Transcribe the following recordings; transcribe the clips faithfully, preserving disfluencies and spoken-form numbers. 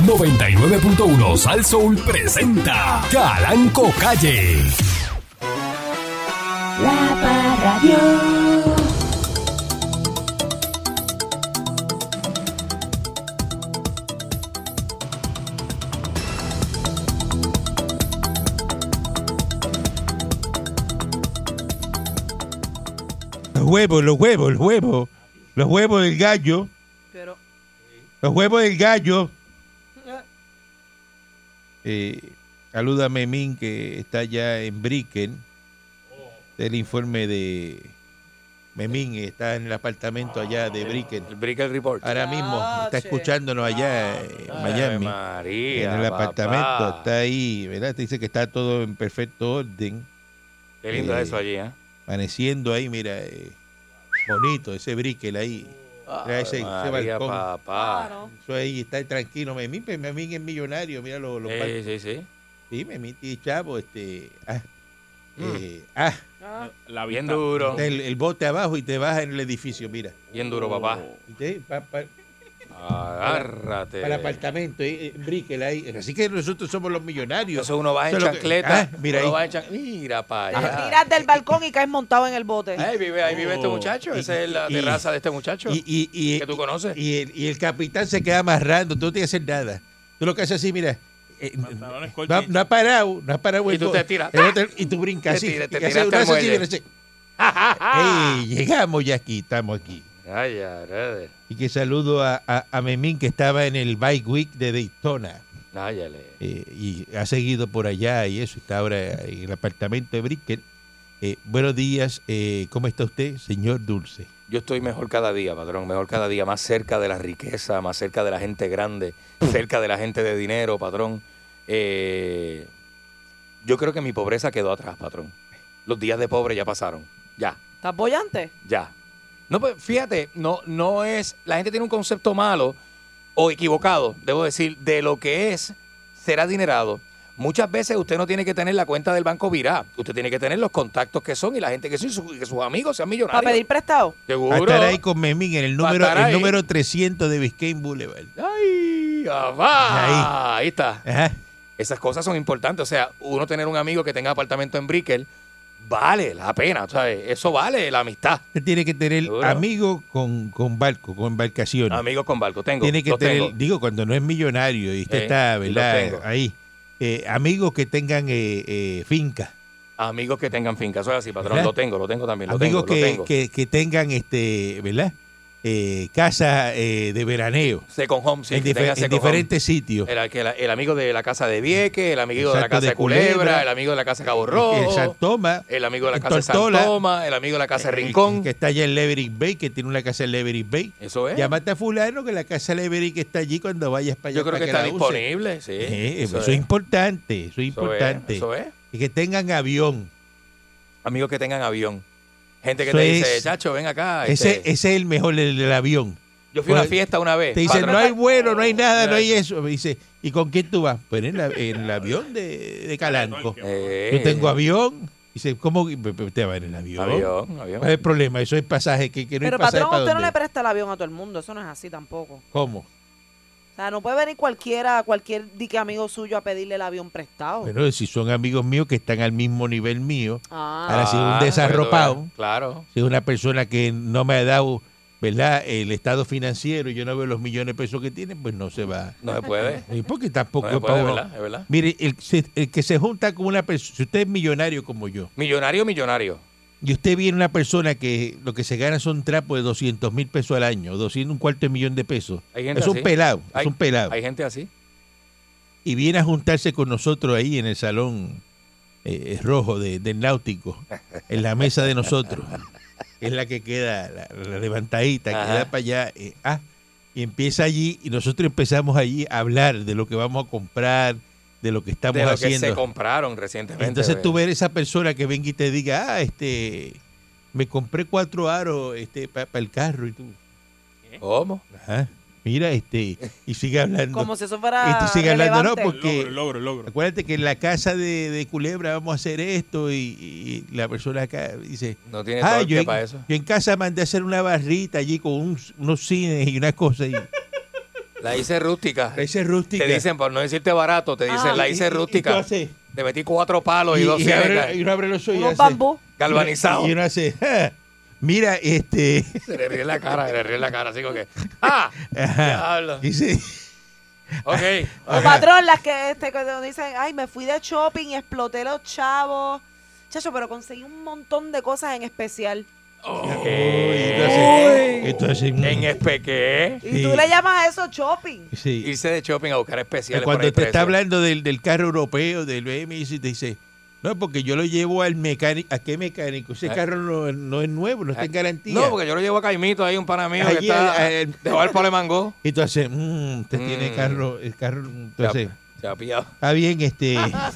noventa y nueve punto uno Sal Soul presenta Calanco Calle. La Parradio. Los huevos, los huevos, los huevos. Los huevos del gallo. Pero... Los huevos del gallo. Eh, saluda a Memín, que está ya en Brickell. El informe de Memín está en el apartamento allá de Brickell. El Brickell Report. Ahora mismo Ah, está che. escuchándonos allá en Miami. María, En el papá. apartamento. Está ahí, ¿verdad? Te dice que está todo en perfecto orden. Qué lindo Eh, es eso allí, ¿eh? Amaneciendo ahí, mira. Eh, bonito ese Brickell ahí. Mira ese, ese María, balcón. papá. Claro. Eso ahí está tranquilo. Memín, pues, Memín es millonario. Mira los, los Sí, sí, sí. Sí, Memín y chavo, este. Ah, Mm. eh, ah, Ah, La Bien duro. el, el bote abajo y te bajas en el edificio, mira. Bien duro, papá. Y te- pa- pa- Agárrate. para el apartamento, eh, en Brickell ahí. Así que nosotros somos los millonarios. Eso uno va en Eso es lo que- chancleta. ah, mira uno ahí. va en chan- Mira para Te allá. tiras del balcón y caes montado en el bote. Ahí vive, ahí vive este Oh. muchacho. Y- Esa es la y- terraza de este muchacho. Y, y, y, que tú conoces. Y el, y el capitán se queda amarrando, tú no tienes que hacer nada. Tú lo que haces así, mira. eh, no, ha- no ha parado, no ha parado. Y el tú bo- te tiras. el otro- y tú brincas Te así. tiras- te y haces tiraste un al brazo así, muelle. mira, así. Ey, llegamos ya aquí, estamos aquí. Ay, ya, brother. Y que saludo a, a, a Memín, que estaba en el Bike Week de Daytona. Áyale. eh, y ha seguido por allá y eso, está ahora en el apartamento de Brickell. Eh, buenos días, eh, ¿cómo está usted, señor Dulce? Yo estoy mejor cada día, patrón, mejor cada día, más cerca de la riqueza, más cerca de la gente grande, cerca de la gente de dinero, patrón. Eh, yo creo que mi pobreza quedó atrás, patrón. Los días de pobre ya pasaron, ya, ¿Estás bollante? ya. No, pues fíjate, no, no es, la gente tiene un concepto malo o equivocado, debo decir, de lo que es ser adinerado. Muchas veces usted no tiene que tener la cuenta del banco virá, usted tiene que tener los contactos que son y la gente que son y su- que sus amigos sean millonarios. ¿Para pedir prestado? Va a Seguro. estar ahí con Memín en el Va a número, estar el ahí. número trescientos de Biscayne Boulevard. ¡Ay, papá! Ahí. Ahí está. Ajá. Esas cosas son importantes. O sea, uno tener un amigo que tenga apartamento en Brickell vale la pena, ¿sabes? Eso vale la amistad. Usted tiene que tener Seguro. amigos con, con barco, con embarcaciones. Amigos con barco, tengo. Tiene que los tener, tengo. digo, cuando no es millonario y usted Sí, está, y los ¿verdad? tengo. Ahí. Eh, amigos que tengan eh, eh, finca. Amigos que tengan finca, eso es así, patrón. ¿Verdad? Lo tengo, lo tengo también. Lo Amigos tengo, que, lo tengo. que, que tengan, este, ¿verdad? Eh, casa eh, de veraneo. Second Home, sí. en que dife- tenga en Second Home. diferentes sitios. El, que la- el amigo de la casa de Vieques, el amigo de la Exacto, casa de de Culebra, Culebra. el amigo de la casa de Cabo En Rojo, San Tomás. el amigo de la en casa de San Tortola. Tomás, el amigo de la casa de eh, Rincón. Que está allá en Leverick Bay, que tiene una casa en Leverick Bay. Eso es. Llámate a fulano que la casa de Leverick está allí cuando vayas para allá. Yo creo para que está la use. disponible, sí. Eh, eso, es importante, eso es importante. Eso es. Y que tengan avión. Amigos que tengan avión. Gente que Eso te dice, es- chacho, ven acá. Ese, este, ese es el mejor, el del avión. yo fui a una pues, fiesta una vez. Te dicen, patrón. no hay vuelo, no hay nada, no hay Mira eso. Me dice, ¿y con quién tú vas? Pues en, la- en el avión de, de Calanco. Eh, Yo tengo avión. Dice, ¿cómo que te va en el avión? Avión, avión. ¿Cuál es el problema? Eso es pasaje, que, que no hay Pero pasaje patrón, para usted no dónde. le presta el avión a todo el mundo. Eso no es así tampoco. ¿Cómo? O sea, no puede venir cualquiera, cualquier dique amigo suyo a pedirle el avión prestado. Bueno, si son amigos míos que están al mismo nivel mío, Ah, ahora si un Ah, desarropado, para que tú veas. Claro. si es una persona que no me ha dado, ¿verdad?, el estado financiero y yo no veo los millones de pesos que tiene, pues no se va. No se puede. Y porque tampoco No se es para puede, uno. ¿verdad? Es verdad. Mire, el, se- el que se junta con una persona, si usted es millonario como yo, Millonario, millonario. y usted viene una persona que lo que se gana son trapos de doscientos mil pesos al año, doscientos, un cuarto de millón de pesos, Hay gente es un así. pelado, Hay- es un pelado. Hay gente así. Y viene a juntarse con nosotros ahí en el salón eh, rojo de- del náutico, en la mesa de nosotros, que es la que queda, la, la levantadita, que Ajá. da para allá. eh, ah, y empieza allí, y nosotros empezamos allí a hablar de lo que vamos a comprar, de lo que estamos De lo que haciendo. se compraron recientemente. Entonces tú ves esa persona que venga y te diga, ah, este, me compré cuatro aros este, para el carro, y tú, ¿Cómo? ajá, mira, este, y sigue hablando. como si eso fuera Y tú sigues hablando, no, relevante. porque logro, logro. acuérdate que en la casa de, de Culebra vamos a hacer esto, y, y la persona acá dice, No tiene ah, torque yo en, para eso. yo en casa mandé a hacer una barrita allí con un- unos cines y unas cosas. Y, La hice rústica. La hice rústica. Te dicen, por no decirte barato, te dicen, Ah, la y- hice y- y rústica. tú haces- Te metí cuatro palos y, Y, dos y ciegas abre, y uno abre los ojos y Unos hace- bambú. galvanizados. Y uno hace, "Ja, mira, este... Se le ríe en la cara, se le ríe en la cara, así como que, ¡ah! Ajá. Diablo. Dice, Ok. O ok. patrón, las que este, cuando dicen, ay, me fui de shopping y exploté los chavos. Chacho, pero conseguí un montón de cosas en especial. "Uy", entonces, entonces, mm, En espeque. Y Sí. tú le llamas a eso shopping. sí. Irse de shopping a buscar especiales. por Cuando ahí te está precio. hablando del, del carro europeo, del B M W, te dice, no, porque yo lo llevo al mecánico. ¿A qué mecánico? Ese Ah. carro no, no es nuevo, no está en garantía. No, porque yo lo llevo a Caimito, ahí un pana mío que Allí, está eh, eh, dejó el palo de mango. Y tú haces, mmm, usted tiene Mm. carro, el carro, entonces, Se ha pillado. está bien, este,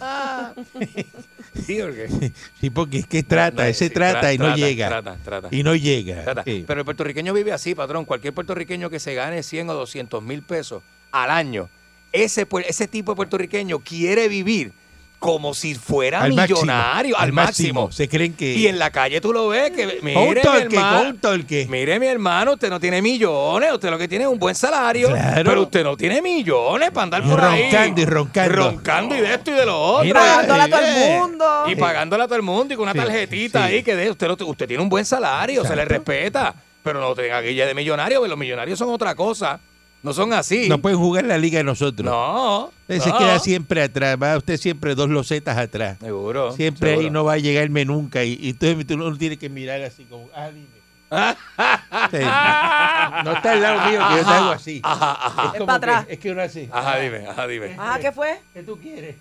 Sí, porque... sí, porque es que trata, No, ese sí, trata tra- y no trata, llega. Trata, trata. Y no llega. Trata. Sí. Pero el puertorriqueño vive así, patrón. Cualquier puertorriqueño que se gane cien o doscientos mil pesos al año, ese, puer- ese tipo de puertorriqueño quiere vivir como si fuera Al máximo, millonario, al máximo. Se creen que... Y en la calle tú lo ves, que con un mire mi torque, hermano, con un torque. mire mi hermano, usted no tiene millones, usted lo que tiene es un buen salario, Claro. pero usted no tiene millones para andar Y por ahí. roncando y roncando. Roncando y de esto y de lo otro. Mira, Pagándole a todo eh, el mundo. Y pagándole a todo el mundo y con una Sí, tarjetita sí. ahí que de usted, lo- usted tiene un buen salario, se le respeta, pero no tenga guilla de millonario, porque los millonarios son otra cosa, no son así. No pueden jugar la liga de nosotros. No, Usted se no. queda siempre atrás, va usted siempre dos losetas atrás. Seguro. Siempre seguro. ahí no va a llegarme nunca. Y, y entonces tú no tienes que mirar así como, ah, dime. Sí. No está al lado mío que yo te hago así. Ajá, ajá. Es como pa' atrás. que, es que uno así. Ajá, dime, ajá, dime. Ajá, ¿qué fue? ¿Qué tú quieres?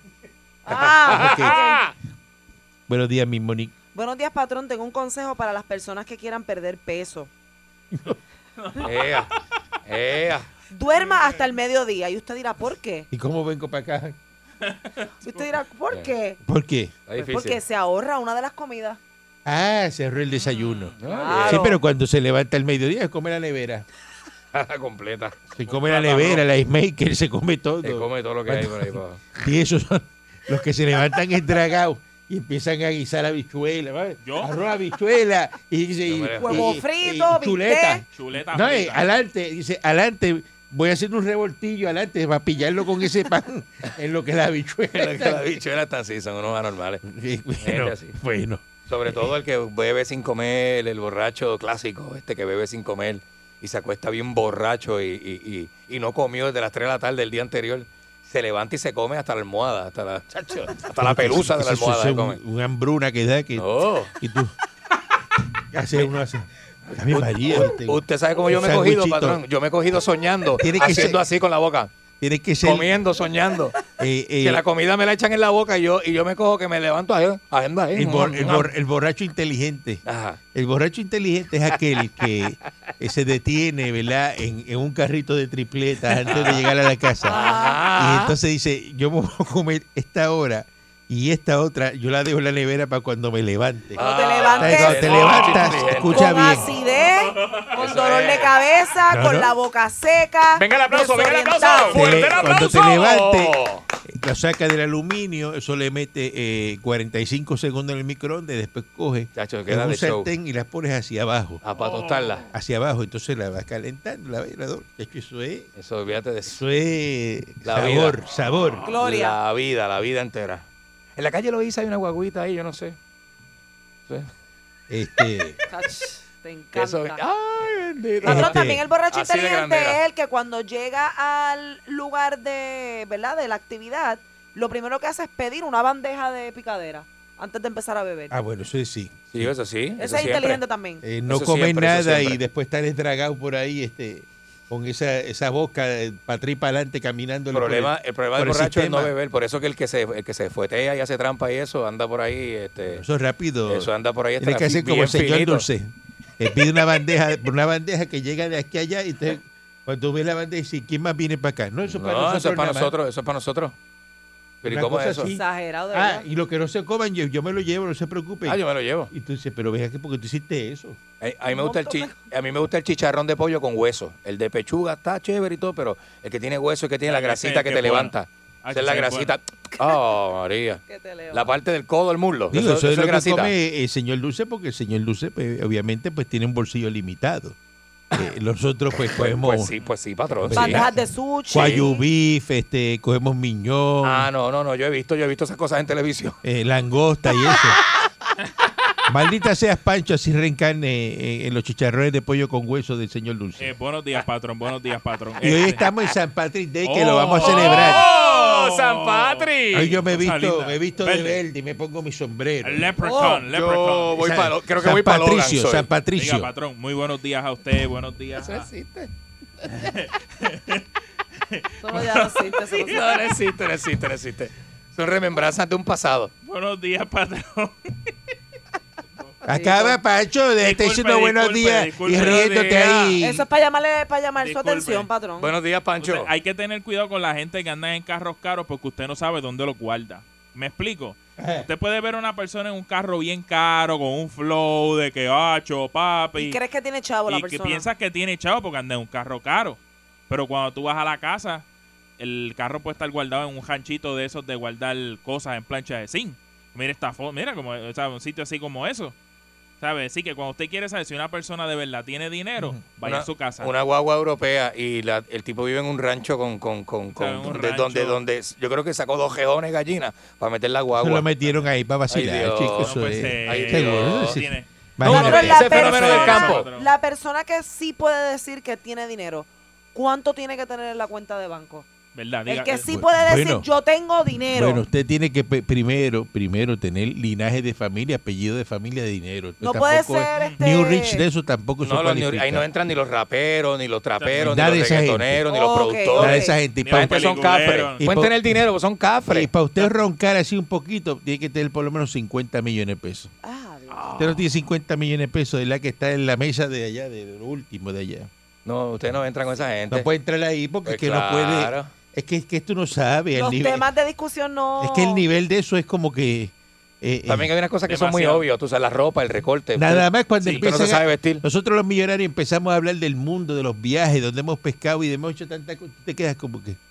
Ah, Ok. Buenos días, mi Monique. Buenos días, patrón. Tengo un consejo para las personas que quieran perder peso. Ea, ea. Duerma hasta el mediodía. Y usted dirá, ¿por qué? ¿Y cómo vengo para acá? Y usted dirá, ¿por qué? ¿Por qué? Está Pues difícil. porque se ahorra una de las comidas. Ah, cerró el desayuno. Ah, Sí, Claro. pero cuando se levanta el mediodía, se come la nevera. bien. Completa. Se come la nevera, la ice maker, se come todo. Se come todo lo que hay por ahí. pa. Y esos son los que se levantan estragados y empiezan a guisar habichuela, ¿vale? ¿Yo? Arroz, habichuela y dice y, Yo me- Huevo y- frito, y chuleta. bistec. Chuleta No, eh, frita. adelante, dice, adelante, voy a hacer un revoltillo adelante para pillarlo con ese pan en lo que la habichuela. Lo que las bichuelas están así, son unos anormales. Sí, bueno, Gente así. bueno. Sobre todo el que bebe sin comer, el borracho clásico, este que bebe sin comer y se acuesta bien borracho y, y, y, y no comió desde las tres de la tarde del día anterior. Se levanta y se come hasta la almohada, hasta la, chacho, hasta la pelusa de la Eso- eso almohada. es se come. un, un hambruna que da que No. y tú hace uno hace. Ay, María, ¿viste? Usted sabe cómo yo me he cogido, Sanguchito. patrón. Yo me he cogido soñando, Tiene que haciendo ser- así con la boca, Tiene que ser comiendo, soñando. eh, eh, que la comida me la echan en la boca y yo y yo me cojo que me levanto ahí, haciendo ahí. el, bor- el bor- el borracho inteligente. Ajá. El borracho inteligente es aquel que eh, se detiene, ¿verdad? En, en un carrito de tripletas antes de llegar a la casa. Ajá. Y entonces dice, yo me voy a comer esta hora y esta otra, yo la dejo en la nevera para cuando me levante. Cuando te Ah, levantes, Cuando te no, levantas, inteligente. escucha con bien. acidez, con Eso dolor es. de cabeza, No, con no. la boca seca. Venga el aplauso, venga el aplauso. desorientado. Fuerte el Te- cuando te aplauso. levantes, lo saca del aluminio, eso le mete eh, cuarenta y cinco segundos en el microondas y después coge Chacho, en queda un de show. sartén y las pones hacia abajo. Ah, para tostarla. Hacia abajo, entonces la vas calentando, la velador. Eso es, Eso, olvídate de eso. eso es La sabor, vida. sabor. Gloria. La vida, la vida entera. En la calle Loíza hay una guaguita ahí, yo no sé. Sí. Este, Ach, te Que eso- encanta. Ay, bendito. Patrón, Este, también el borracho así de inteligente grandera. es el que cuando llega al lugar de, ¿verdad? de la actividad, lo primero que hace es pedir una bandeja de picadera antes de empezar a beber. ah, bueno, eso es sí. Sí, eso sí. Ese eso es siempre. inteligente también. Eh, no Eso comer siempre, eso nada siempre. y después estar estragado por ahí, este, con esa, esa boca para atrás y para adelante caminando. El problema, el problema del por el borracho es no sistema. beber. Por eso que el que se el que se fuetea y hace trampa y eso anda por ahí. Este, Eso es rápido. eso anda por ahí. Tiene hasta que hacer bien como el señor finito. Dulce. Que pide una bandeja, una bandeja que llega de aquí a allá y entonces cuando ves la bandeja dice, ¿quién más viene para acá? No, eso es para No, nosotros. eso es para nada más. nosotros. Eso es para nosotros. Pero ¿y Una cómo es cosa eso? así. Exagerado, de Ah, verdad. y lo que no se coman, yo, yo me lo llevo, no se preocupen. Ah, yo me lo llevo. Y tú dices, pero ve aquí porque tú hiciste eso. A, a mí me gusta el chi- a mí me gusta el chicharrón de pollo con hueso. El de pechuga está chévere y todo, pero el que tiene hueso es que tiene la Ese- grasita que ese te es bueno. levanta. Ah, Esa es la ese es grasita. Oh, María. Que te leo. La parte del codo, el muslo. Digo, eso, eso, es eso lo es que grasita. come el señor Dulce porque el señor Dulce, pues, obviamente, pues tiene un bolsillo limitado. Eh, nosotros pues Pues, cogemos pues sí, pues sí, patrón. Sí. sí. Bandejas de sushi. guayu beef, este, cogemos miñón, Ah, no, no, no, yo he visto, yo he visto esas cosas en televisión. eh, langosta y eso. Maldita seas, Pancho, así reencarne eh, en los chicharrones de pollo con hueso del señor Dulce. Eh, buenos días, patrón. Buenos días, patrón. y hoy Este- estamos en San Patrick Day, que Oh, lo vamos a celebrar. ¡Oh, San Patri! Hoy yo me he cosa visto, linda. me he visto de Verde. verde y me pongo mi sombrero. Leprechaun, Yo leprechaun. voy San- para, creo que San voy para Logan. Patricio, soy. San Diga, Patricio. patrón, muy buenos días a usted. Buenos días. Eso a- existe. Eso ya no existe, eso no existe. No, no existe, no existe, no existe. Son remembranzas de un pasado. Buenos días, patrón. Acaba, Pancho, de estar Disculpe, diciendo buenos disculpe, días disculpe. y riéndote Buenos ahí. Eso es para llamarle, para llamar Disculpe. su atención, patrón. Buenos días, Pancho. Usted- hay que tener cuidado con la gente que anda en carros caros porque usted no sabe dónde los guarda. ¿Me explico? Usted puede ver a una persona en un carro bien caro, con un flow de que, hacho, papi. ¿Y crees que tiene chavo la y que persona? piensas que tiene chavo porque anda en un carro caro. Pero cuando tú vas a la casa, el carro puede estar guardado en un ranchito de esos de guardar cosas en plancha de zinc. Mira esta foto, mira como, o sea, un sitio así como eso. ¿Sabes? Así que cuando usted quiere saber si una persona de verdad tiene dinero, vaya Una- a su casa. Una guagua europea y la- el tipo vive en un rancho con, con, con, con- en un donde, rancho. donde, donde yo creo que sacó dos jejones gallinas para meter la Se guagua. lo metieron ahí para vacilar, Ay, Dios. chicos. No Eso puede es- ser. Ay, seguro, Dios. sí. Tiene- Imagínate. Patrón, la Ese fenómeno del persona, campo. la persona que sí puede decir que tiene dinero, ¿cuánto tiene que tener en la cuenta de banco? ¿Verdad? El Diga- que eh, sí bu- puede decir, bueno. yo tengo dinero. Bueno, usted tiene que pe- primero, primero tener linaje de familia, apellido de familia de dinero. no Tampoco puede es- ser este... Ni un rich de eso tampoco se No, los- cualifica. ahí no entran ni los raperos, ni los traperos, Nada ni de los esa gente. reggaetoneros, ni los Ok, Nada productores. de esa gente. Y Ni La para gente son peliculero. cafres. Y Pueden pa- tener dinero, son cafres. usted roncar así un poquito, tiene que tener por lo menos cincuenta millones de pesos. Ah, Dios. Usted no tiene cincuenta millones de pesos, es la que está en la mesa de allá, de lo último de allá. No, ustedes no entran con esa gente. No puede entrar ahí porque Pues es que no puede. claro. Es que, es que tú no sabes. El Los nivel, temas de discusión no... es que el nivel de eso es como que. eh, También eh, hay unas cosas que son muy Demasiado. obvias. Tú sabes, la ropa, el recorte. nada más cuando Sí, que no empiezan se sabe a- vestir. nosotros los millonarios empezamos a hablar del mundo, de los viajes, donde hemos pescado y de hemos hecho tanta cosa, tú te quedas como que.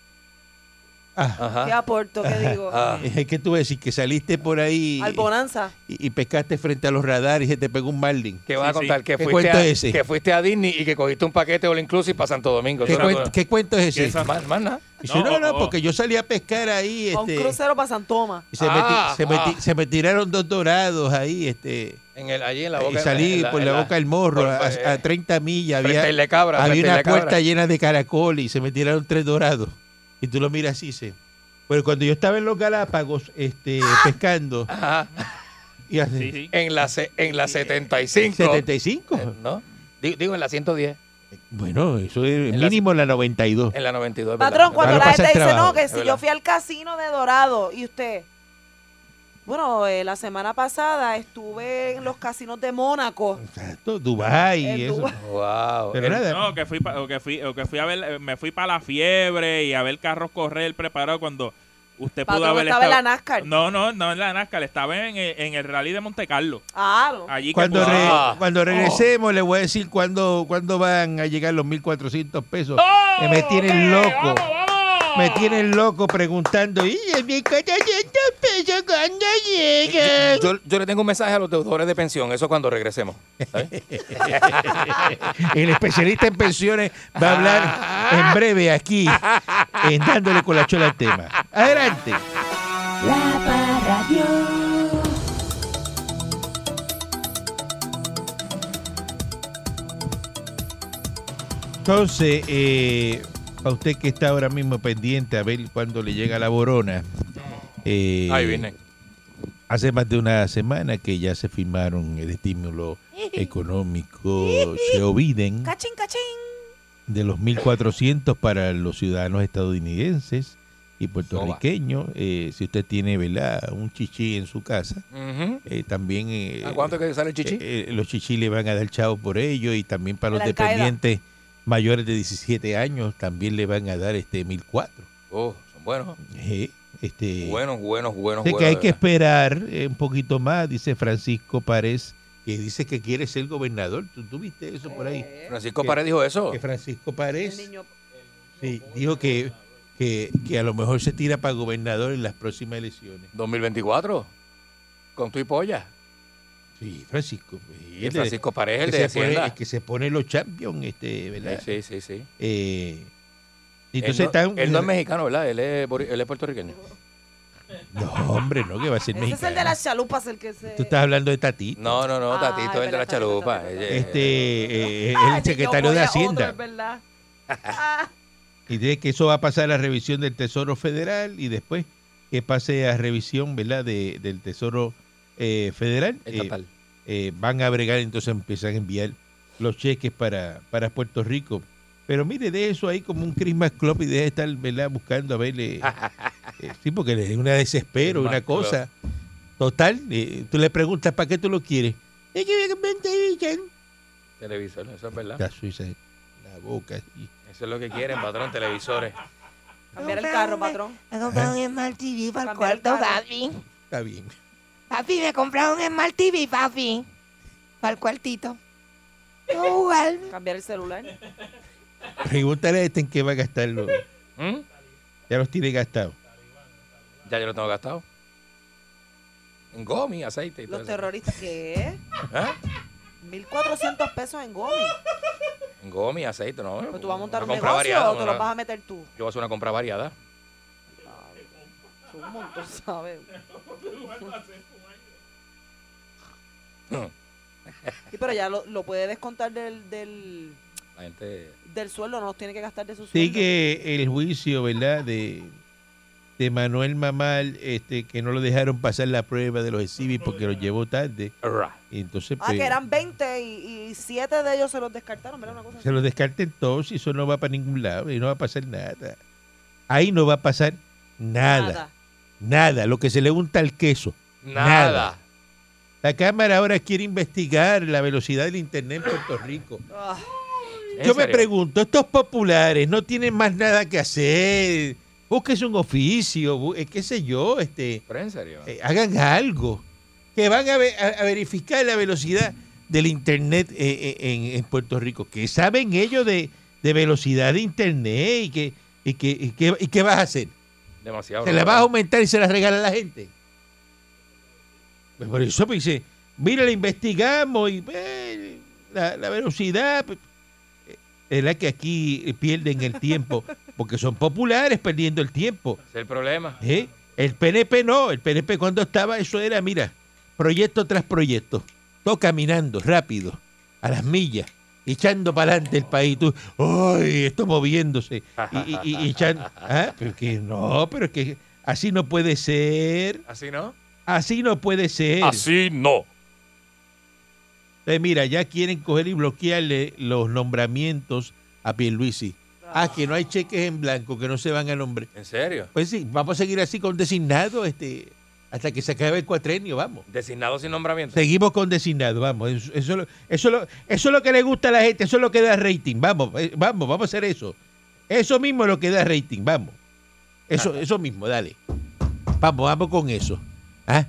Ah, ¿Qué Ajá. aporto? ¿Qué digo? Ah. es que tú ves decir que saliste por ahí Al Bonanza. y, y pescaste frente a los radares y se te pegó un Marlin. ¿Qué vas a Sí, sí. contar? Que, ¿Qué fuiste cuento a, es ese? que fuiste a Disney y que cogiste un paquete All Inclusive para Santo Domingo. ¿Qué, Eso era cuen- todo. qué cuento es ¿Qué ese? es Más, más nada. Dice, No, no, no, o- porque yo salí a pescar ahí. A un Este, crucero para San Tomás. y se, Ah, meti- se, meti- ah. se me tiraron dos dorados ahí. este En el, allí en la boca. Y salí en la- por en la boca del morro por- a, eh, a treinta millas. frente Había, a Isla Cabra, había frente a una Isla Cabra. puerta llena de caracol y se me tiraron tres dorados. Y tú lo miras así, se. Pero cuando yo estaba en los Galápagos este, pescando, Ajá. y así, Sí, sí. En la, se- en la setenta y cinco. setenta y cinco. Eh, ¿No? Digo, digo, en la ciento diez. Bueno, eso es En la- mínimo en la noventa y dos. En la noventa y dos. es verdad. Patrón, cuando Claro, la pasa gente el dice, trabajo, no, que es si verdad. yo fui al casino de Dorado y usted... Bueno, eh, la semana pasada estuve en los casinos de Mónaco. Exacto, Dubái En y eso. Dubái. Wow. Pero El- nada. No, que fui, pa- o que fui, o que fui a ver, eh, me fui para la fiebre y a ver carros correr preparado cuando usted pudo Patrón, haber estaba en estado- la NASCAR. No, no, no en la NASCAR, estaba en, el- en el rally de Monte Carlo. Ah, no. Allí que Cuando, pudo- re- Ah. cuando regresemos, le voy a decir cuándo, cuándo van a llegar los mil cuatrocientos pesos. ¡Oh! Que me tienen Ok, loco. vamos, vamos. Me tienen loco preguntando, ¿y el mil cuatrocientos pesos cuándo llega? Yo, yo le tengo un mensaje a los deudores de pensión, eso cuando regresemos. ¿sabes? El especialista en pensiones va a hablar en breve aquí, en dándole con la chola al tema. Adelante. La Parradio. Entonces, eh, para usted que está ahora mismo pendiente a ver cuándo le llega la borona, eh, Ahí viene. hace más de una semana que ya se firmaron el estímulo económico Joe Biden Cachín, cachín. de los mil cuatrocientos para los ciudadanos estadounidenses y puertorriqueños. Eh, si usted tiene, ¿verdad?, un chichi en su casa, Ujú. eh, también eh, ¿A cuánto es que sale el chichi? eh, eh, los chichis le van a dar chavo por ello, y también para los El Al-Qaeda. dependientes mayores de diecisiete años también le van a dar este mil cuatro. Oh, son buenos. Eh, este, Buenos, buenos, buenos, de que buenos. hay de que verdad. esperar eh, un poquito más, dice Francisco Párez, que dice que quiere ser gobernador. ¿Tú, tú viste eso por ahí? Francisco que- Párez dijo eso. Que Francisco El Párez niño. sí, dijo que, que, que a lo mejor se tira para gobernador en las próximas elecciones. dos mil veinticuatro. Con tu y polla. Sí, Francisco. Y el Francisco Pareja, el que de se pone, Hacienda. el que se pone los champions, este, ¿verdad? Sí, sí, sí. Eh, Él entonces no, están, él no es mexicano, ¿verdad? Él es, bori- él es puertorriqueño. No, hombre, no, que va a ser Ese es mexicano. el de las chalupas, el que se... Tú estás hablando de Tatito. No, no, no, Ah, Tatito es el de la espérate, espérate, chalupa. espérate, Ella- Este, eh, Ah, el secretario yo de voy a otro, Hacienda. es verdad. Ah, Y dice que eso va a pasar a revisión del Tesoro Federal y después que pase a revisión, ¿verdad? De, del Tesoro eh, Federal. eh, Estatal. eh, van a bregar, entonces empiezan a enviar los cheques para, para Puerto Rico. Pero mire, de eso ahí como un Christmas Club y deja de estar, ¿verdad? Buscando a verle. eh, sí, porque es una desespero, Christmas una cosa. Total, eh, tú le preguntas, ¿para qué tú lo quieres? Es que voy a comprar un televisor. Televisor, eso es verdad. La Suiza, la boca. y- Eso es lo que quieren, patrón, televisores. cambiar el carro, patrón. Me compraron un Smart T V para el Cambiar el cuarto, carro. papi. Está bien. Papi, me compraron un Smart T V, papi. Para el cuartito. No jugar. Cambiar el celular. Pregúntale a este en qué va a gastarlo. ¿Mm? Ya los tiene gastados. Ya yo lo tengo gastado. En gomi, aceite y todo Los eso. terroristas, ¿qué? ¿Ah? mil cuatrocientos pesos en gomi. En gomi, aceite, no. ¿Pero tú vas a montar un Una compra negocio variada, o te una- los vas a meter tú? Yo voy a hacer una compra variada. Es un montón, ¿sabes? Sí, pero ya lo, lo puede descontar del, del, La gente... del sueldo, no los tiene que gastar de su sueldo. Sigue el juicio, ¿verdad? De, de Manuel Mamal, este, que no lo dejaron pasar la prueba de los exhibits porque lo llevó tarde. Ra. Y entonces, Ah, pues, que eran veinte y, y siete de ellos se los descartaron, ¿verdad? Una cosa así. se lo descarten todos y eso no va para ningún lado y no va a pasar nada. Ahí no va a pasar nada. Nada. Lo que se le unta al queso. Nada. Nada. La Cámara ahora quiere investigar la velocidad del Internet en Puerto Rico. Ah, ¿En Yo me serio? pregunto, estos populares no tienen más nada que hacer. Búsquese un oficio, bu- eh, qué sé yo, este, Pero en serio. eh, hagan algo. Que van a, ve- a- a verificar la velocidad del Internet eh, eh, en, en Puerto Rico. ¿Qué saben ellos de, de velocidad de Internet? ¿Y qué, y, qué, y, qué, y qué vas a hacer? Demasiado. ¿Se la vas a aumentar y se la regala a la gente? Pues por eso pues, dice, mira, la investigamos y eh, la, la velocidad, pues, eh, es la que aquí pierden el tiempo, porque son populares perdiendo el tiempo. Ese es el problema. ¿eh? El P N P no, el P N P cuando estaba, eso era, mira, proyecto tras proyecto, todo caminando rápido, a las millas, echando para adelante el país. Tú, ¡ay! Esto moviéndose. Y, y, y- y echando. ¿Ah? Pero que no, pero es que así no puede ser. ¿Así no? Así no puede ser. Así no. Entonces, mira, ya quieren coger y bloquearle los nombramientos a Pierluisi. Ah, que no hay cheques en blanco, que no se van a nombrar. ¿En serio? Pues sí, vamos a seguir así con designado este, hasta que se acabe el cuatrenio, vamos. Designado sin nombramiento. Seguimos con designado, vamos. Eso, eso, es lo- eso, es lo- eso es lo que le gusta a la gente, eso es lo que da rating. Vamos, eh, vamos, vamos a hacer eso. Eso mismo es lo que da rating, vamos. Eso, eso mismo, dale. Vamos, vamos con eso. ¿Ah?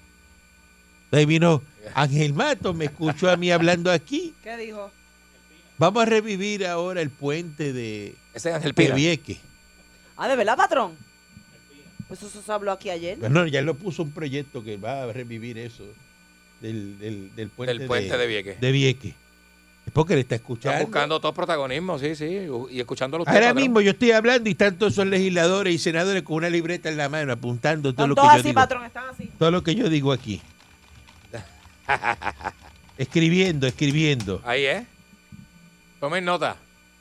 Ahí vino Ángel Mato, me escuchó a mí hablando aquí. ¿Qué dijo? Vamos a revivir ahora el puente de, Ese es Ángel de Pina. Vieques. Ah, ¿de verdad, patrón? Pues eso se habló aquí ayer. Bueno, ya lo puso un proyecto que va a revivir eso del, del, del puente, Del puente de Vieques. de Vieques. Es porque le está escuchando. Están buscando todo protagonismo, sí, sí. Y escuchándolo usted, Ahora patrón. mismo yo estoy hablando y tanto son legisladores y senadores con una libreta en la mano apuntando todo Están lo que todos yo así, digo. patrón, están así. Todo lo que yo digo aquí. Escribiendo, escribiendo. Ahí es. Tomen nota.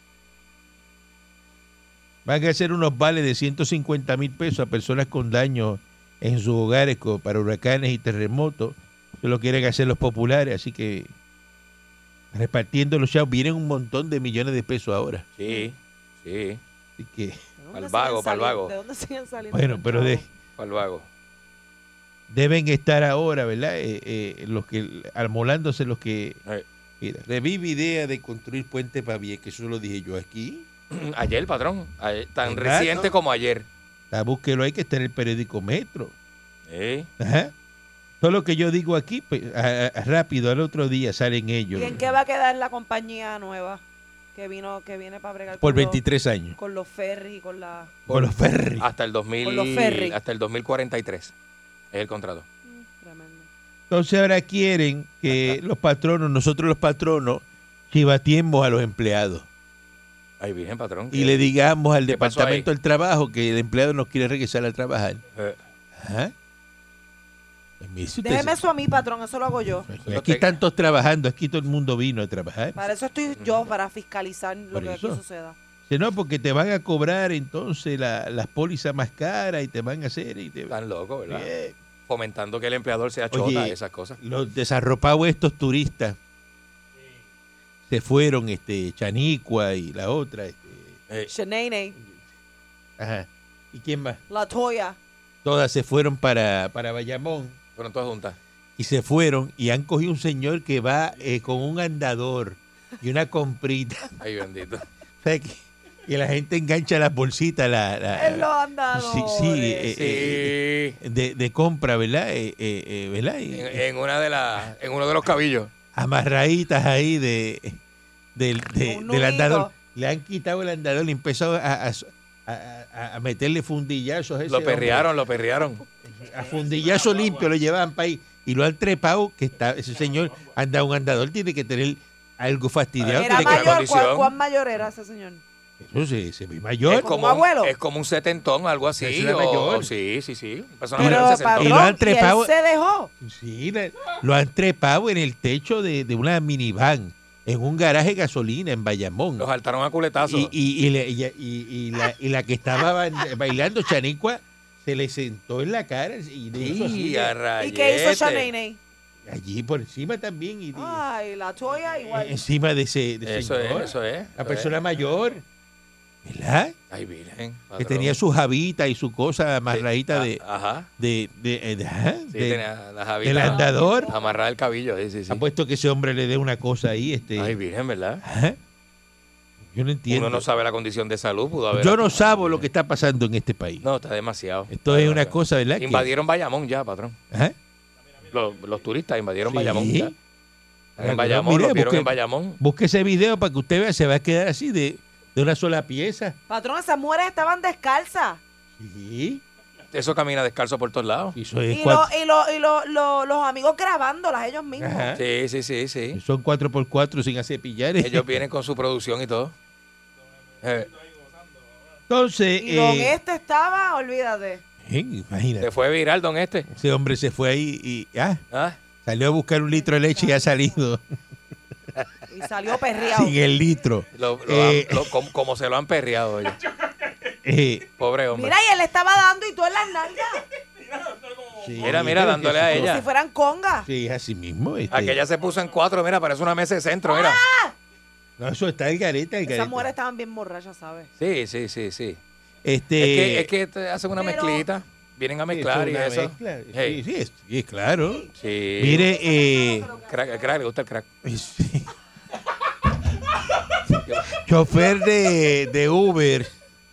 Van a hacer unos vales de ciento cincuenta mil pesos a personas con daños en sus hogares co- para huracanes y terremotos. Eso lo quieren hacer los populares, así que repartiendo los chavos. Vienen un montón de millones de pesos ahora. Sí, sí. Así que, ¿De dónde Pa'l siguen vago, pa'l saliendo- vago. ¿De dónde siguen saliendo? bueno, estos pero de, chavos? Para el vago. deben estar ahora, ¿verdad? Eh, eh, los que, almolándose los que... Eh, Mira, revive idea de construir puente para Vieques, eso lo dije yo aquí. Ayer, patrón. Ayer, tan ¿Verdad, reciente no? como ayer. Ah, búsquelo ahí que está en el periódico Metro. Sí. Ajá. Todo lo que yo digo aquí, pues, a- a- rápido, al otro día salen ellos. ¿Y en qué va a quedar la compañía nueva que vino, que viene para bregar Por con los- veintitrés años. con los ferries y con la... Con los ferries. Hasta el dos mil, Con los ferries. hasta el dos mil cuarenta y tres. Es el contrato. Mm, tremendo. Entonces ahora quieren que los patronos, nosotros los patronos, chivateemos a los empleados Ay, virgen, patrón. y le digamos al ¿Qué pasó Departamento ahí? del Trabajo que el empleado no quiere regresar a trabajar. Eh, Ajá. Pues mire, si usted Déjeme se- eso a mí, patrón, eso lo hago yo. Aquí están todos trabajando, aquí todo el mundo vino a trabajar. Para eso estoy yo, para fiscalizar lo Por que aquí eso. suceda. Si no, porque te van a cobrar entonces la- las pólizas más caras y te van a hacer... Y te, Están locos, ¿verdad? Eh, Fomentando que el empleador sea chota, Oye, esas cosas. los desarropados estos turistas se fueron, este, Chanicua y la otra, este, Eh, Shanae, ajá. ¿Y quién más? La Toya. Todas se fueron para, para Bayamón fueron todas juntas. y se fueron y han cogido un señor que va eh, con un andador y una comprita. Ay, bendito. O sea, que, que la gente engancha las bolsitas, la, la- Él lo han dado. sí, sí, eh, Sí. eh, de, de compra, ¿verdad? Eh, eh, eh, ¿verdad? Y- en, en una de las, en uno de los cabillos. amarraditas ahí de, del- de- Un del nudito. andador. Le han quitado el andador, le empezó a, a, a- a meterle fundillazos. a ese Lo hombre. perrearon, lo perrearon. A fundillazo limpio lo llevaban para ahí y lo han trepado, que está ese señor anda un andador, tiene que tener algo fastidiado. Era tiene que- la mayor. condición. ¿Cuán, cuán mayor era ese señor? Eso se, se ve mayor. Es como como, un un, abuelo. es como un setentón, algo así. Es una o- mayor. o sí, sí, sí. Un persona Pero, mayor de sesentón. Y lo patrón, han trepado- y él se dejó. Sí, le- lo han trepado en el techo de, de una minivan, en un garaje de gasolina en Bayamón. Los saltaron a culetazos. Y, y, y, le- y- y- y la, y la que estaba ba- bailando Chanicua se le sentó en la cara y le hizo así, Sí, a eh, ¿Y qué hizo rayete. Shanae? allí por encima también y, y- Ay, La Toya igual. encima de ese, de ese Eso es, señor, eso es. la eso persona es. mayor, ¿verdad? Ay, virgen. Que patrón. tenía su jabita y su cosa amarradita Ah, de, Ajá. de, de, de- ajá, Sí, de- tenía la del jabita andador. amarrada el cabillo. Sí, sí, sí. Apuesto que ese hombre le dé una cosa ahí. Este, Ay, virgen, ¿verdad? ajá. Yo no entiendo. Uno no sabe la condición de salud. Pudo haber Yo no sabo lo que está pasando en este país. No, está demasiado. Esto es una cosa, ¿verdad? que- Invadieron Bayamón ya, patrón. Ajá. Los, los turistas invadieron Sí. Bayamón ya. Están Ah, en Bayamón, mire, los vieron busque- en Bayamón. Busque ese video para que usted vea, se va a quedar así de, de una sola pieza. Patrón, esas mujeres estaban descalzas. Sí. Eso camina descalzo por todos lados. Y eso es Y, cuatro- lo- y, lo- y lo- lo- los amigos grabándolas ellos mismos. Ajá. Sí, sí, sí, sí. son cuatro por cuatro sin hacer pillares. Ellos vienen con su producción y todo. Eh, Entonces, Y don eh, este estaba, olvídate. eh, imagínate, se fue viral, don este. ese hombre se fue ahí y ah, ¿Ah? salió a buscar un litro de leche y ha salido Y salió perreado. sin el litro. Lo- lo Eh. han- lo- como, como se lo han perreado, oye. Eh, Pobre hombre. Mira, y él le estaba dando y tú en las nalgas. sí, Mira, mira, pero dándole que a eso- ella. Si fueran congas. Sí, es así mismo. este. Aquella se puso en cuatro, mira, parece una mesa de centro, mira. No, eso está el gareta, el Esas gareta. mujeres estaban bien borrachas, ¿sabes? Sí, sí, sí, sí. Este, es, que, es que te hacen una Pero- mezclita. Vienen a sí, mezclar y una eso. mezcla. Hey. Sí, sí, es, sí, es claro. Sí. Mire, eh, Crack, el crack, le gusta el crack. sí. chofer de, de Uber.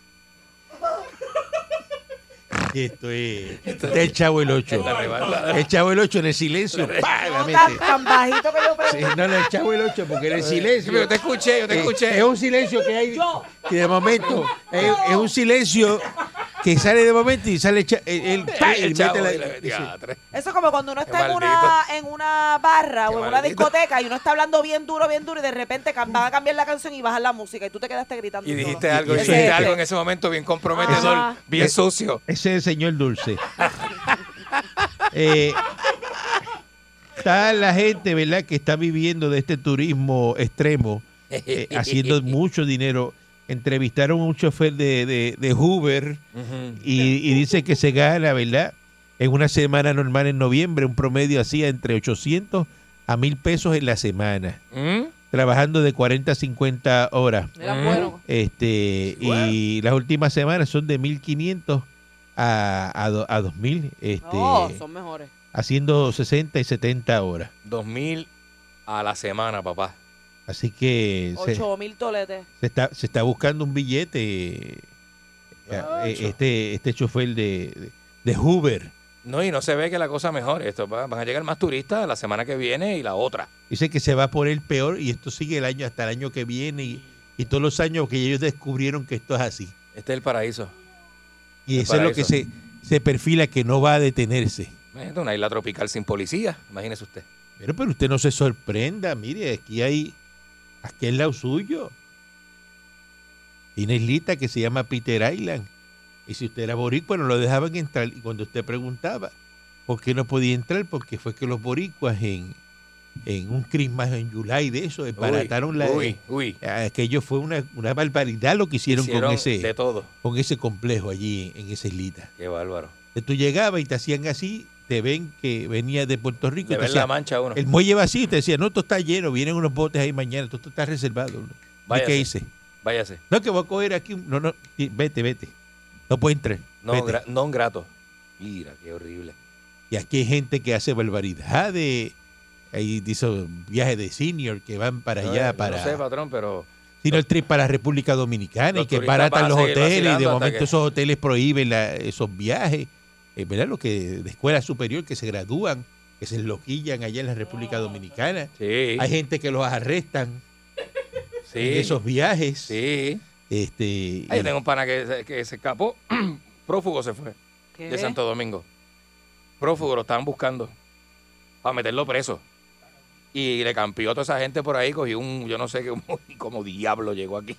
Esto es, esto es el Chavo el ocho. La rebarba. El Chavo el ocho en el silencio. ¡pah! la No mete. tan, tan bajito que yo Sí, pregunto. no, no, el Chavo el ocho, porque en el silencio. Yo te escuché, yo te eh, escuché. es un silencio que hay. Que de momento. Es, es un silencio que sale de momento y sale cha- el, el, ¡pah! y El mete chavo, la- y la- sí. diatre. Eso es como cuando uno Qué está en una, maldito. en una barra Qué o en una maldito. discoteca y uno está hablando bien duro, bien duro y de repente cam- van a cambiar la canción y bajan la música y tú te quedaste gritando. Y todo. dijiste algo, y y eso dijiste es- algo en ese momento bien comprometedor, Ajá. bien sucio. Ese es el señor Dulce. Eh, está la gente, ¿verdad?, que está viviendo de este turismo extremo, eh, haciendo mucho dinero. Entrevistaron a un chofer de, de, de Uber Ujú. y, y dice que se gana, ¿verdad?, en una semana normal en noviembre, un promedio hacía entre ochocientos a mil pesos en la semana, ¿Mm? trabajando de cuarenta a cincuenta horas. Era Mm. bueno. Este, y las últimas semanas son de mil quinientos a, a, do- a dos mil, este, No, son mejores. haciendo sesenta y setenta horas. Dos mil a la semana, papá. Así que se, Ocho mil toletes. se está, se está buscando un billete, eh, eh, este, este chofer de, de, de Uber. No, y no se ve que la cosa mejore. Esto va- van a llegar más turistas la semana que viene y la otra. Dice que se va a poner peor y esto sigue el año hasta el año que viene y, y todos los años que ellos descubrieron que esto es así. Este es el paraíso. Y El eso es lo que paraíso. se, se perfila que no va a detenerse. Imagínate una isla tropical sin policía, imagínese usted. Pero, pero usted no se sorprenda, mire, aquí hay, aquí al lado suyo, hay una islita que se llama Peter Island. Y si usted era boricuas, no lo dejaban entrar. Y cuando usted preguntaba por qué no podía entrar, porque fue que los boricuas en, en un Christmas en July de eso, desbarataron la... Uy, uy. Aquello fue una, una barbaridad lo que hicieron, Hicieron con ese de todo. con ese complejo allí en, en esa islita. Qué bárbaro. Entonces, tú llegabas y te hacían así, te ven que venía de Puerto Rico. De y te ver hacían, la mancha uno. el muelle vacío, y te decía, no, esto está lleno, vienen unos botes ahí mañana, esto está reservado. ¿Y Váyase. qué hice? Váyase. No, que voy a coger aquí, un- no, no, y- vete, vete. No puede entrar. No, vete. gra- non grato. Mira, qué horrible. Y aquí hay gente que hace barbaridades. Ahí dice viajes de senior que van para No, allá, yo para... No sé, patrón, pero... sino el trip para la República Dominicana Los y que turistas baratan van a los seguir hoteles y de vacilando hasta momento que- esos hoteles prohíben la- esos viajes. Eh, ¿Verdad? Los que de escuela superior que se gradúan, que se enloquillan allá en la República Dominicana. Sí. Hay gente que los arrestan sí. en esos viajes. Sí. Este, Ahí y- tengo un pana que, se- que se escapó. Prófugo se fue ¿Qué? de Santo Domingo. Prófugo lo estaban buscando para meterlo preso. Y le campió a toda esa gente por ahí, cogió un, yo no sé qué, como diablo llegó aquí.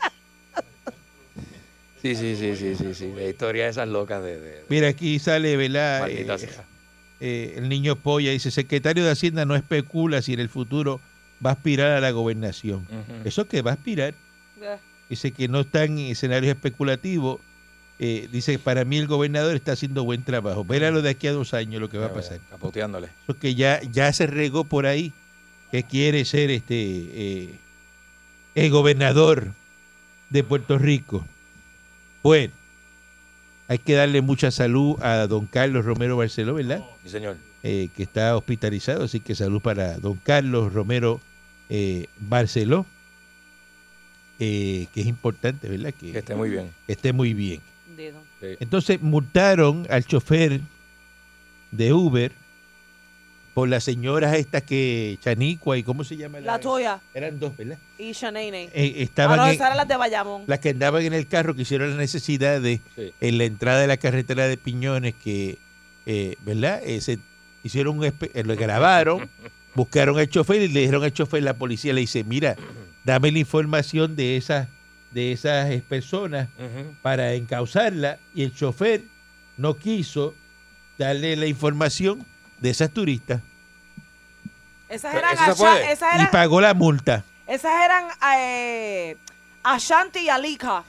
Sí, sí, sí, sí, sí, sí. La historia de esas locas de, de- de- Mira, aquí sale, ¿verdad? maldita Eh, sea. eh, el niño polla dice, secretario de Hacienda no especula si en el futuro va a aspirar a la gobernación. Ujú. Eso que va a aspirar. Eh, Dice que no está en escenarios especulativos. Eh, dice, para mí el gobernador está haciendo buen trabajo. Véralo de aquí a dos años lo que va a pasar. Capoteándole. Eso que ya, ya se regó por ahí que quiere ser este eh, el gobernador de Puerto Rico. Bueno, hay que darle mucha salud a don Carlos Romero Barceló, ¿verdad? Sí, señor. Eh, que está hospitalizado, así que salud para don Carlos Romero eh, Barceló, eh, que es importante, ¿verdad? Que, Que esté muy bien. que esté muy bien. Dido. Sí. Entonces multaron al chofer de Uber por las señoras estas que Chanicua y ¿cómo se llama? La tuya Eran dos, ¿verdad? y Shanaine. Eh, Ah, estaban no, en- esas eran las de Bayamón. las que andaban en el carro que hicieron la necesidad de Sí. en la entrada de la carretera de Piñones que, eh, ¿verdad? Eh, se hicieron un espe- eh, lo grabaron, buscaron al chofer y le dijeron al chofer, la policía le dice, mira, dame la información de esas de esas eh, personas Ujú. para encauzarla y el chofer no quiso darle la información de esas turistas Esas Pero eran, eso se Asha- puede. esas y eran, pagó la multa. esas eran eh, Ashanti y Alika.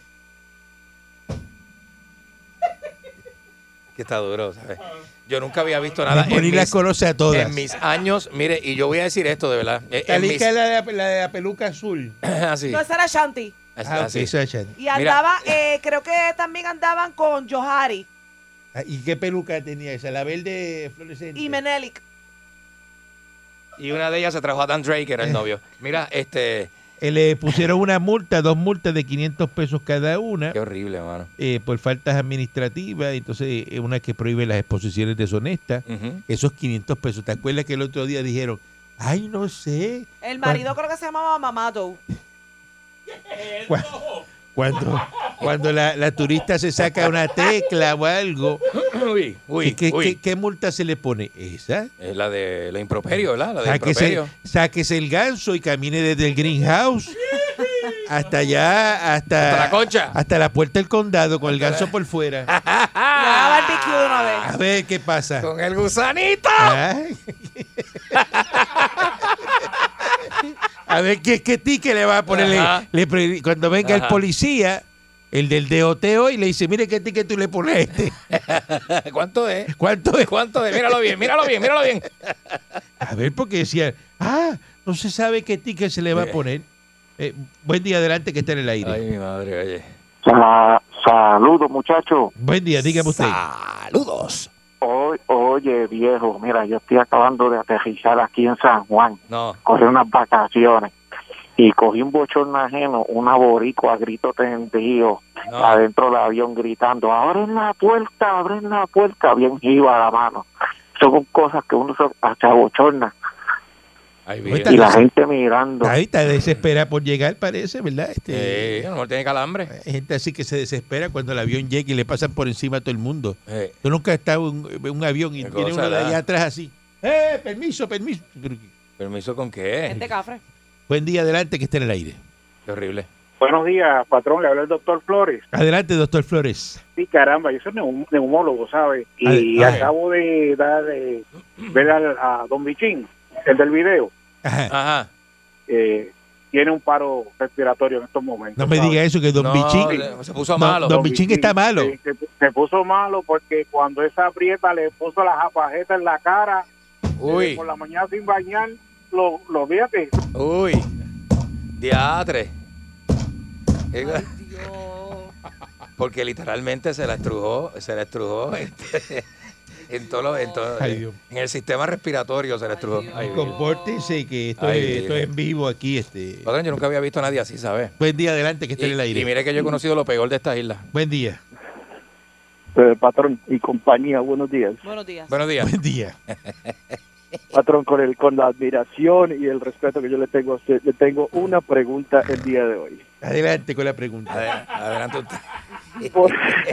Que está duro, ¿sabes? Yo nunca había visto nada. Ni en las mis- conoce a todas. En mis años, mire, y yo voy a decir esto de verdad. eh, En mis, Talika es la de, la de la peluca azul. así, No, esa era Ashanti. así, Ah, ok, así. eso es Shani. Y andaban, eh, creo que también andaban con Johari Ah, ¿y qué peluca tenía esa? La verde fluorescente. y Menelik. Y una de ellas se trajo a Dan Drake, que era el novio. Mira, este, Eh, le pusieron una multa, dos multas de quinientos pesos cada una qué horrible, hermano. eh, por faltas administrativas. Entonces, eh, una que prohíbe las exposiciones deshonestas. Ujú. Esos quinientos pesos. ¿Te acuerdas que el otro día dijeron, ay, no sé? El marido creo que se llamaba Mamato. Cuando, cuando, cuando la, la turista se saca una tecla o algo, Uy, uy, ¿qué, qué- uy. qué- qué multa se le pone? ¿Esa? Es la de lo improperio, ¿verdad? La de Sáquese, improperio. sáquese el ganso y camine desde el greenhouse hasta allá, hasta, Hasta la concha. hasta la puerta del condado con el ganso por fuera. Le daba barbecue de una vez. A ver qué pasa. Con el gusanito. Ay. A ver qué, qué ticket le va a poner. Ajá. Le- le pre- cuando venga el Ajá. policía, el del D O T hoy, le dice, mire qué ticket tú le pones a este. ¿Cuánto es? ¿Cuánto es? ¿Cuánto es? Míralo bien, míralo bien, míralo bien. A ver, porque decía, ah, no se sabe qué ticket se le va a poner. Eh, buen día, adelante, que está en el aire. Ay, mi madre, oye. Sa- Saludos, muchachos. Buen día, dígame usted. Saludos. Hoy, oye, viejo, mira, yo estoy acabando de aterrizar aquí en San Juan. No. Cogí unas vacaciones y cogí un bochorno ajeno, una boricua a grito tendido No. adentro del avión gritando, abren la puerta, abren la puerta, bien jiba la mano. Son cosas que uno se hasta bochorna. Ay, ¿Cómo bien. está? y la gente mirando. Ahí está desesperada por llegar, parece, ¿verdad? Este, Eh, a lo mejor tiene calambre. Hay gente así que se desespera cuando el avión llega y le pasan por encima a todo el mundo. Eh, Tú nunca has estado en un, en un avión y Qué viene cosa, uno de ¿verdad? allá atrás así. ¡Eh, permiso, permiso! ¿Permiso con qué? Gente cafre. Buen día, adelante, que esté en el aire. Qué horrible. Buenos días, patrón. Le habla el doctor Flores. Adelante, doctor Flores. Sí, caramba, yo soy neum- neumólogo, ¿sabes? Y Ade- Ade- acabo de dar, eh, ver al- a, Don Bichín, el del video. Ajá. Ajá. Eh, tiene un paro respiratorio en estos momentos. No me ¿sabes? diga eso, que Don No, Bichín... le- se puso No, malo. Don Bichín está malo. Se, se- se puso malo porque cuando esa aprieta le puso la japajeta en la cara, eh, Uy, por la mañana sin bañar, lo, lo fíjate. uy. Diatre. Dios. Porque literalmente se la estrujó, se la estrujó este, en todo lo- en, todo- Ay, Dios. en el sistema respiratorio se la estrujó. Ay, Dios. Compórtense, que esto, Ay, es, Dios. esto es en vivo aquí. Este. Patrón, yo nunca había visto a nadie así, ¿sabes? Buen día, adelante, que esté en el Y, aire. y mire que yo he conocido lo peor de esta isla. Buen día. Eh, patrón y compañía, buenos días. Buenos días. Buenos días. Buen día. Patrón, con el con la admiración y el respeto que yo le tengo a usted, le tengo una pregunta el día de hoy. Adelante con la pregunta. Adel- Adelante usted. Por-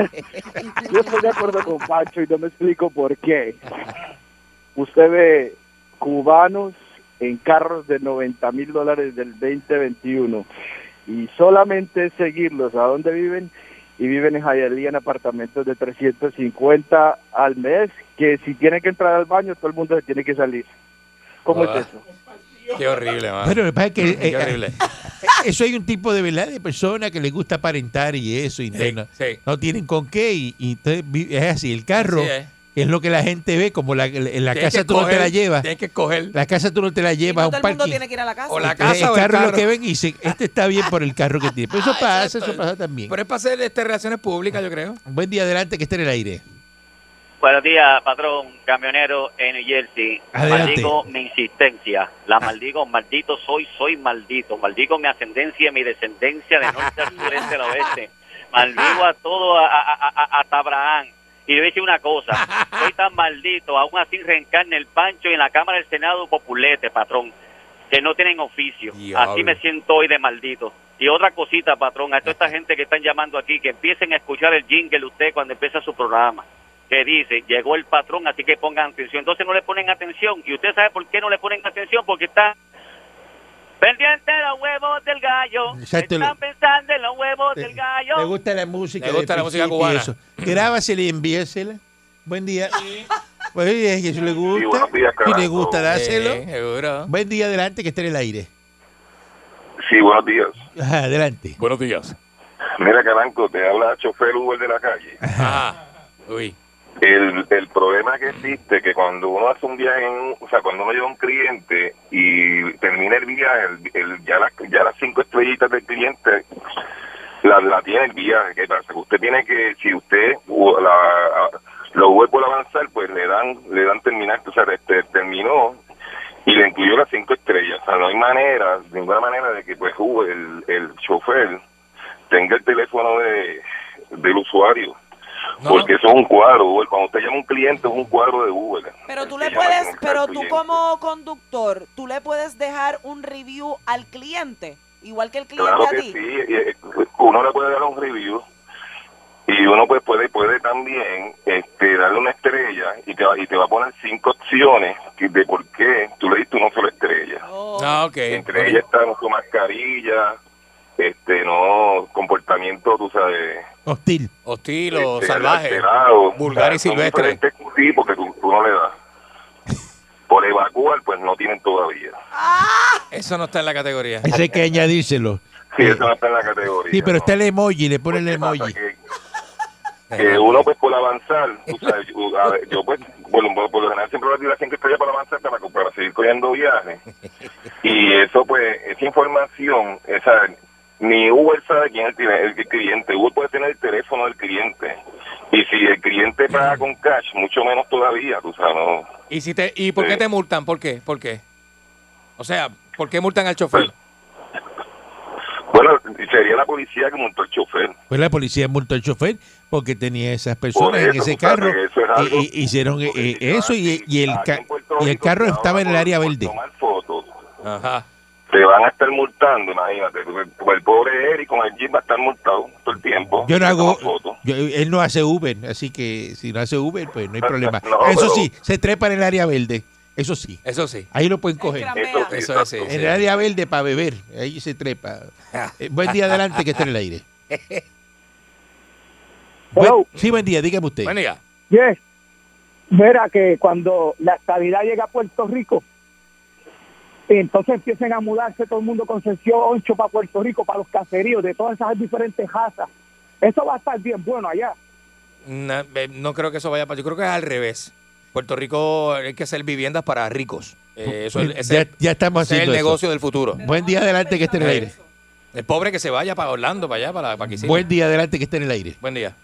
yo estoy de acuerdo con Pancho y no me explico por qué. Usted ve cubanos en carros de noventa mil dólares del veinte veintiuno y solamente seguirlos a donde viven y viven en Hialeah en apartamentos de trescientos cincuenta al mes, que si tienen que entrar al baño todo el mundo se tiene que salir. ¿Cómo Ah. es eso? Qué horrible, man. Pero lo que pasa es que Qué eh, horrible. eh, eso hay un tipo de verdad de persona que le gusta aparentar y eso, y Sí, no, sí. no tienen con qué, y, y entonces vi- es así, el carro, Así es. que es lo que la gente ve, como la, en la Tienes casa que tú no te la coger, llevas, Tienes que escoger. la casa tú no te la Y llevas no a todo un el mundo parking. tiene que ir a la casa. O la Entonces, casa el o el carro lo carro. que ven y dicen, este está bien por el carro que tiene. Pero eso Ah, pasa, exacto. eso pasa también. Pero es para hacer este, relaciones públicas, yo creo. Buen día, adelante, que esté en el aire. Buenos días, patrón, camionero en New Jersey. Adelante. Maldigo mi insistencia. La maldigo, maldito soy, soy maldito. Maldigo mi ascendencia y mi descendencia de norte al sur, este al oeste. Maldigo a todo, a, a, a- hasta Abraham. Y le voy a decir una cosa, soy tan maldito, aún así reencarne el Pancho y en la Cámara del Senado populete, patrón, que no tienen oficio. Diablo. Así me siento hoy de maldito. Y otra cosita, patrón, a toda esta gente que están llamando aquí, que empiecen a escuchar el jingle usted cuando empieza su programa, que dice, llegó el patrón, así que pongan atención. Entonces no le ponen atención. Y usted sabe por qué no le ponen atención, porque está pendiente de los huevos del gallo. Exacto. Están pensando en los huevos Te- del gallo. ¿Le gusta la música? Le gusta del la música principio y cubana. eso? Grábasela y envíesela. Buen día. Pues es que si le gusta, buenos días, si le carajo. gusta, dáselo. Sí, seguro. Buen día, adelante, que esté en el aire. Sí, buenos días. Ajá, adelante. Buenos días. Mira, Caranco, te habla chofer Uber de la calle. Ajá. Uy. El, el problema que existe que cuando uno hace un viaje, en, o sea, cuando uno lleva un cliente y termina el viaje, el, el- ya, las, ya las cinco estrellitas del cliente la, la tiene el viaje. ¿Qué pasa? Que usted tiene que, si usted u- la, lo Uber por avanzar, pues le dan le dan terminar, o sea, este, terminó y le incluyó las cinco estrellas. O sea, no hay manera, ninguna manera de que pues Uber, el, el chofer tenga el teléfono de del usuario. No. Porque eso es un cuadro, Uber. Cuando usted llama a un cliente, es un cuadro de Uber. Pero tú El le que llama puedes, con el pero tú cliente. como conductor, tú le puedes dejar un review al cliente, igual que el cliente Claro a que ti. sí, eh, uno le puede dar un review y uno pues puede puede también este darle una estrella y te va, y te va a poner cinco opciones que- de por qué tú le diste una sola estrella. Oh. Ah, ok. Entre ellas está su mascarilla, este no comportamiento, tú sabes, Hostil. Hostil o este, salvaje. alterado. Vulgar y O sea, son silvestre. diferentes tipos que tú, tú no le das. Por evacuar, pues no tienen todavía. Eso no está en la categoría. Eso hay que añadírselo. Sí, eso no está en la categoría. Sí, pero ¿no? está el emoji, le pone el ¿Qué pasa? emoji. Que, que uno pues por avanzar, tú sabes, yo, a ver, yo pues por, lo- por lo general siempre le digo a la gente que estoy para avanzar para, para seguir cogiendo viajes. Y eso pues, esa información, esa ni Uber sabe quién es el, cliente- el cliente. Uber puede tener el teléfono del cliente. Y si el cliente paga con cash, mucho menos todavía, tú sabes, no. ¿Y, si te, ¿Y por qué Sí. te multan? ¿Por qué? ¿Por qué? O sea, ¿por qué multan al chofer? Bueno, sería la policía que montó el chofer. Pues la policía multó al chofer porque tenía esas personas Por en eso, ese tú sabes carro. que eso es algo- Y, y- hicieron eh, porque eh, eso y, y el, aquí ca- en Puerto y el Rico carro se estaba en el ahorra área por verde. tomar fotos. Ajá. Te van a estar multando, imagínate. Porque el pobre Eric con el Jeep va a estar multado todo el tiempo. Yo no hago, Toma fotos. yo- él no hace Uber, así que si no hace Uber, pues no hay problema. No, Eso pero- sí, se trepa en el área verde, eso sí. Eso sí. Ahí lo pueden coger. Eso sí, Eso es, sí, En sí. el área verde para beber, ahí se trepa. Eh, buen día adelante que esté en el aire. Buen- sí, buen día, dígame usted. Buen día. Yes. Mira que cuando la estabilidad llega a Puerto Rico, entonces empiecen a mudarse todo el mundo con sección ocho para Puerto Rico, para los caseríos de todas esas diferentes razas. Eso va a estar bien bueno allá. No, eh, no creo que eso vaya para... Yo creo que es al revés. Puerto Rico hay que hacer viviendas para ricos. Eh, eso es, ese- ya, ya estamos ese es haciendo el eso. negocio del futuro. Buen día adelante que esté en el Eh, aire. El pobre que se vaya para Orlando, para allá, para, para Kissimmee. Buen día adelante que esté en el aire. Buen día.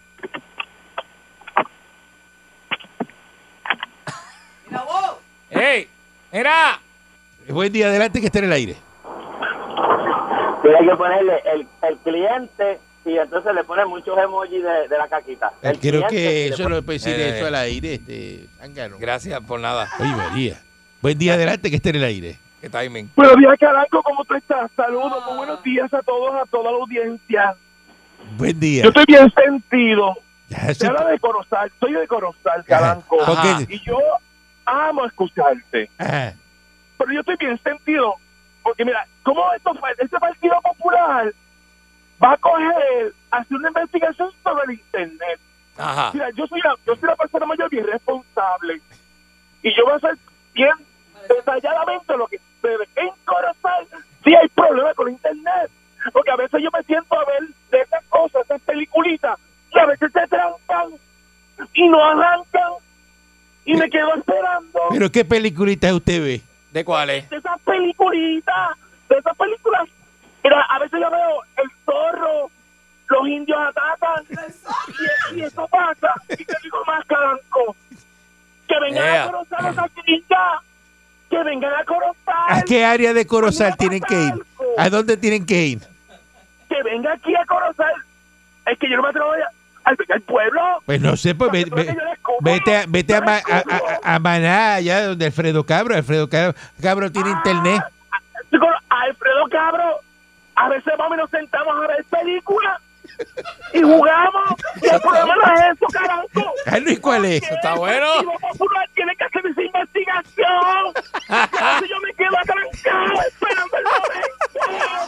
¡Ey! ¡Mira! Buen día adelante que esté en el aire. Tiene que ponerle el, el cliente y entonces le ponen muchos emojis de, de la caquita. El Creo cliente, y que le eso pone- no puede decir Eh, eso al aire, este, zángano. Gracias por nada. Oye, María. Buen día adelante que esté en el aire. Qué timing. Buenos días, Caranco, ¿cómo tú estás? Saludos, muy buenos días a todos, a toda la audiencia. Buen día. Yo estoy bien sentido. Ya Te habla de Corozal, soy de Corozal, Caranco. ¿Por qué? Y yo amo escucharte. Ajá. Pero yo estoy bien sentido, porque mira, ¿cómo esto fue? Este Partido Popular va a coger, hacer una investigación sobre el Internet. Ajá. Mira, yo soy, la, yo soy la persona mayor bien responsable. Y yo voy a hacer bien detalladamente lo que sucede. En Corozal sí hay problemas con Internet. Porque a veces yo me siento a ver de estas cosas, estas peliculitas, y a veces se trancan y no arrancan. Y me quedo esperando. ¿Pero qué peliculita usted ve? ¿De cuáles? De esas peliculitas, de esas películas. Mira, a veces yo veo el zorro, los indios atacan, y, y eso pasa. Y te digo más, Caranco, que vengan Yeah. a Corozal los activistas, que vengan a Corozal, ¿A qué área de Corozal tienen que ir? ¿A dónde tienen que ir? que venga aquí a Corozal. Es que yo no me atrevo a al, al pueblo. Pues no sé, pues ve- ve- vete, a, vete a, Ma- a, a- a Maná, allá donde Alfredo Cabro. Alfredo Cabro, Cabro tiene internet. Digo, Alfredo Cabro, a veces vamos y nos sentamos a ver películas y jugamos. Y el problema no es eso, Caranco. Ah, Luis, ¿cuál es? Está bueno. El Partido Popular tiene que hacer esa investigación. Y a veces yo me quedo atrancado esperando el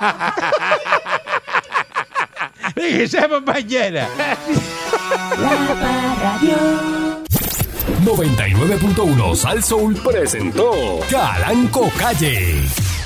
momento. Regresamos mañana. La Parradio. noventa y nueve punto uno Sal Soul presentó Calanco Calle.